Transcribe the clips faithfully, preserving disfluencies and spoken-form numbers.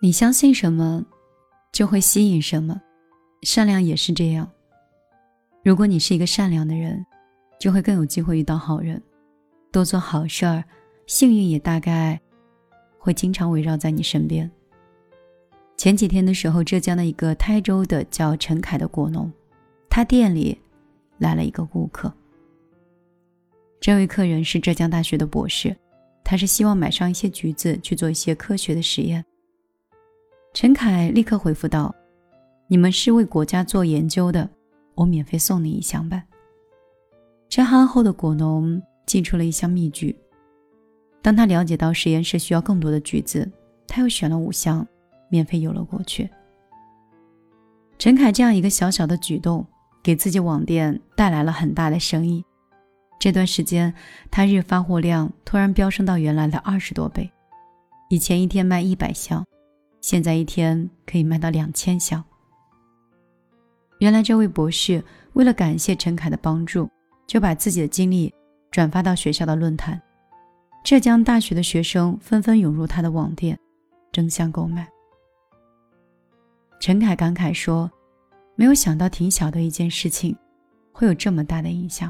你相信什么，就会吸引什么。善良也是这样。如果你是一个善良的人，就会更有机会遇到好人，多做好事儿，幸运也大概会经常围绕在你身边。前几天的时候，浙江的一个台州的叫陈凯的果农，他店里来了一个顾客。这位客人是浙江大学的博士，他是希望买上一些橘子去做一些科学的实验。陈凯立刻回复道，你们是为国家做研究的，我免费送你一箱吧。这憨厚的果农寄出了一箱蜜橘，当他了解到实验室需要更多的橘子，他又选了五箱免费邮了过去。陈凯这样一个小小的举动，给自己网店带来了很大的生意。这段时间他日发货量突然飙升到原来的二十多倍，以前一天卖一百箱，现在一天可以卖到两千箱。原来这位博士为了感谢陈凯的帮助，就把自己的经历转发到学校的论坛，浙江大学的学生纷纷涌入他的网店，争相购买。陈凯感慨说，没有想到挺小的一件事情会有这么大的影响。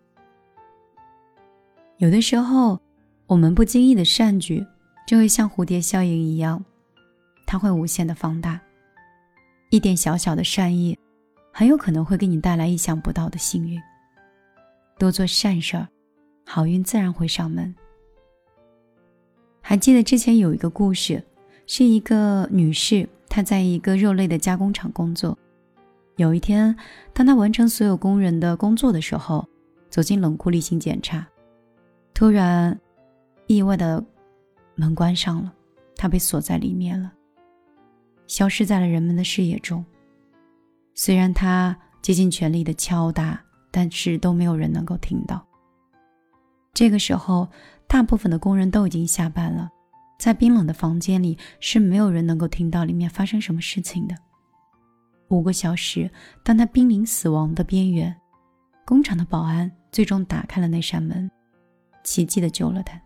有的时候我们不经意的善举，就会像蝴蝶效应一样，它会无限的放大。一点小小的善意很有可能会给你带来意想不到的幸运。多做善事儿，好运自然会上门。还记得之前有一个故事，是一个女士，她在一个肉类的加工厂工作。有一天，当她完成所有工人的工作的时候，走进冷库例行检查，突然意外的门关上了，她被锁在里面了，消失在了人们的视野中。虽然她竭尽全力的敲打，但是都没有人能够听到。这个时候，大部分的工人都已经下班了，在冰冷的房间里是没有人能够听到里面发生什么事情的。五个小时，当他濒临死亡的边缘，工厂的保安最终打开了那扇门，奇迹地救了他。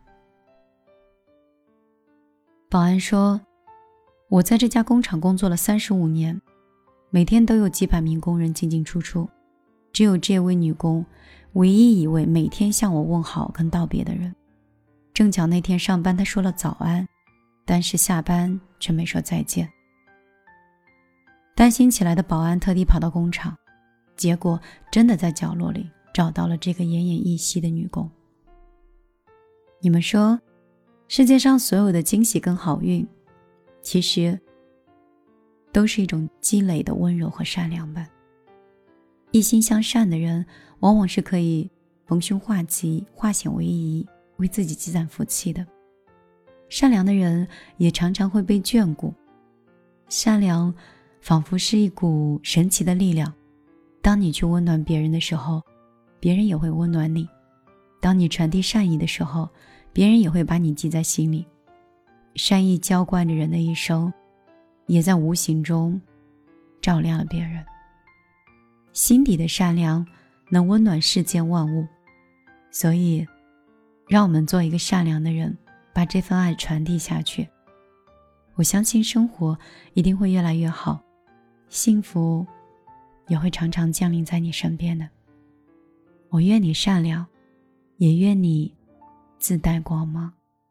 保安说，我在这家工厂工作了三十五年，每天都有几百名工人进进出出，只有这位女工唯一一位每天向我问好跟道别的人。正巧那天上班她说了早安，但是下班却没说再见。担心起来的保安特地跑到工厂，结果真的在角落里找到了这个奄奄一息的女工。你们说，世界上所有的惊喜跟好运，其实都是一种积累的温柔和善良吧。一心向善的人，往往是可以逢凶化吉，化险为夷，为自己积攒福气的。善良的人也常常会被眷顾，善良仿佛是一股神奇的力量，当你去温暖别人的时候，别人也会温暖你；当你传递善意的时候，别人也会把你记在心里。善意浇灌着人的一生，也在无形中照亮了别人。心底的善良能温暖世间万物，所以让我们做一个善良的人，把这份爱传递下去。我相信生活一定会越来越好，幸福也会常常降临在你身边的。我愿你善良，也愿你自带光芒。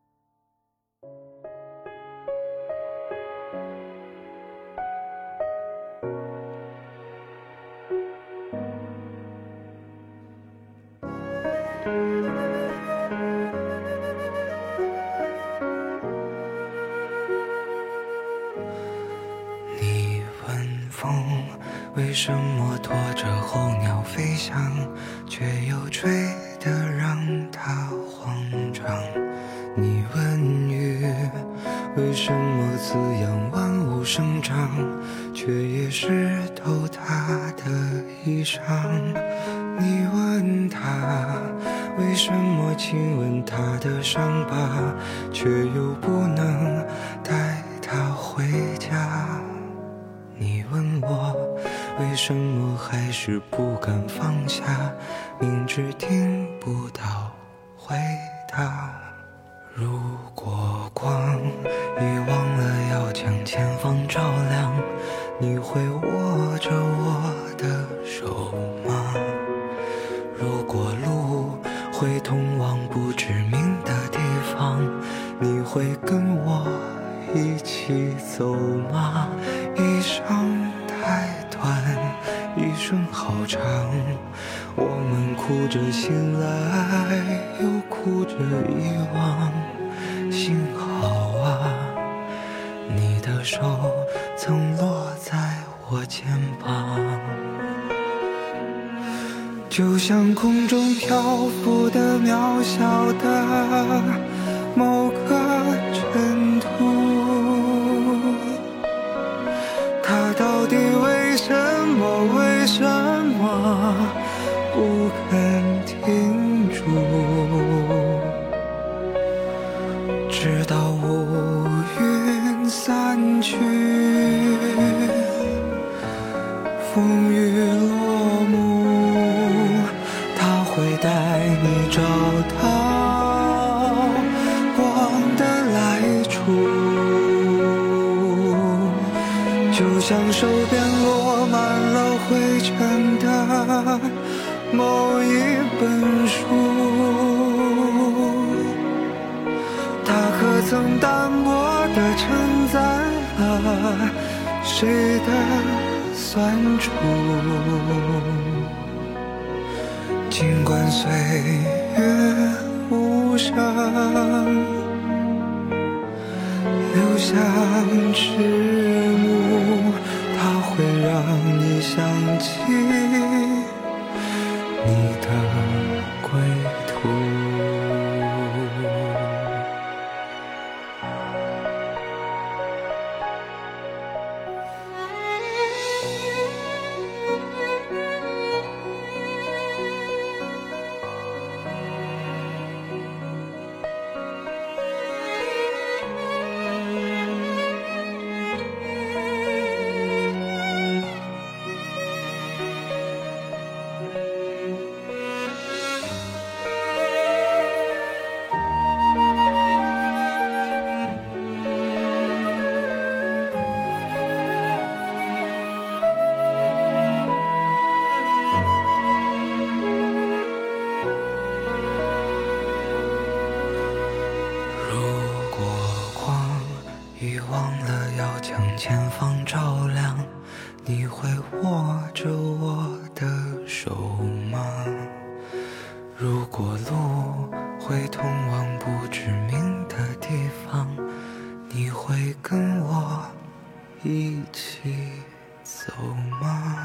你问风为什么拖着候鸟飞翔，却又吹得让它慌张？你问雨为什么滋养万物生长，却也湿透它的衣裳？你问他为什么亲吻他的伤疤，却又不能带他回家？你问我为什么还是不敢放下，明知听不到回答。如果光已忘了要将牵会跟我一起走吗？一生太短，一生好长，我们哭着醒来，又哭着遗忘。幸好啊，你的手曾落在我肩膀，就像空中漂浮的渺小的某个尘土，它到底为什么为什么不肯停住？直到乌云散去，风雨落幕，它会带你找到光的来处，就像手边落满了灰尘的某一本书，它可曾单薄地承载了谁的酸楚？尽管岁月无声，留下迟暮，它会让你想起你的归途。遗忘了要将前方照亮，你会握着我的手吗？如果路会通往不知名的地方，你会跟我一起走吗？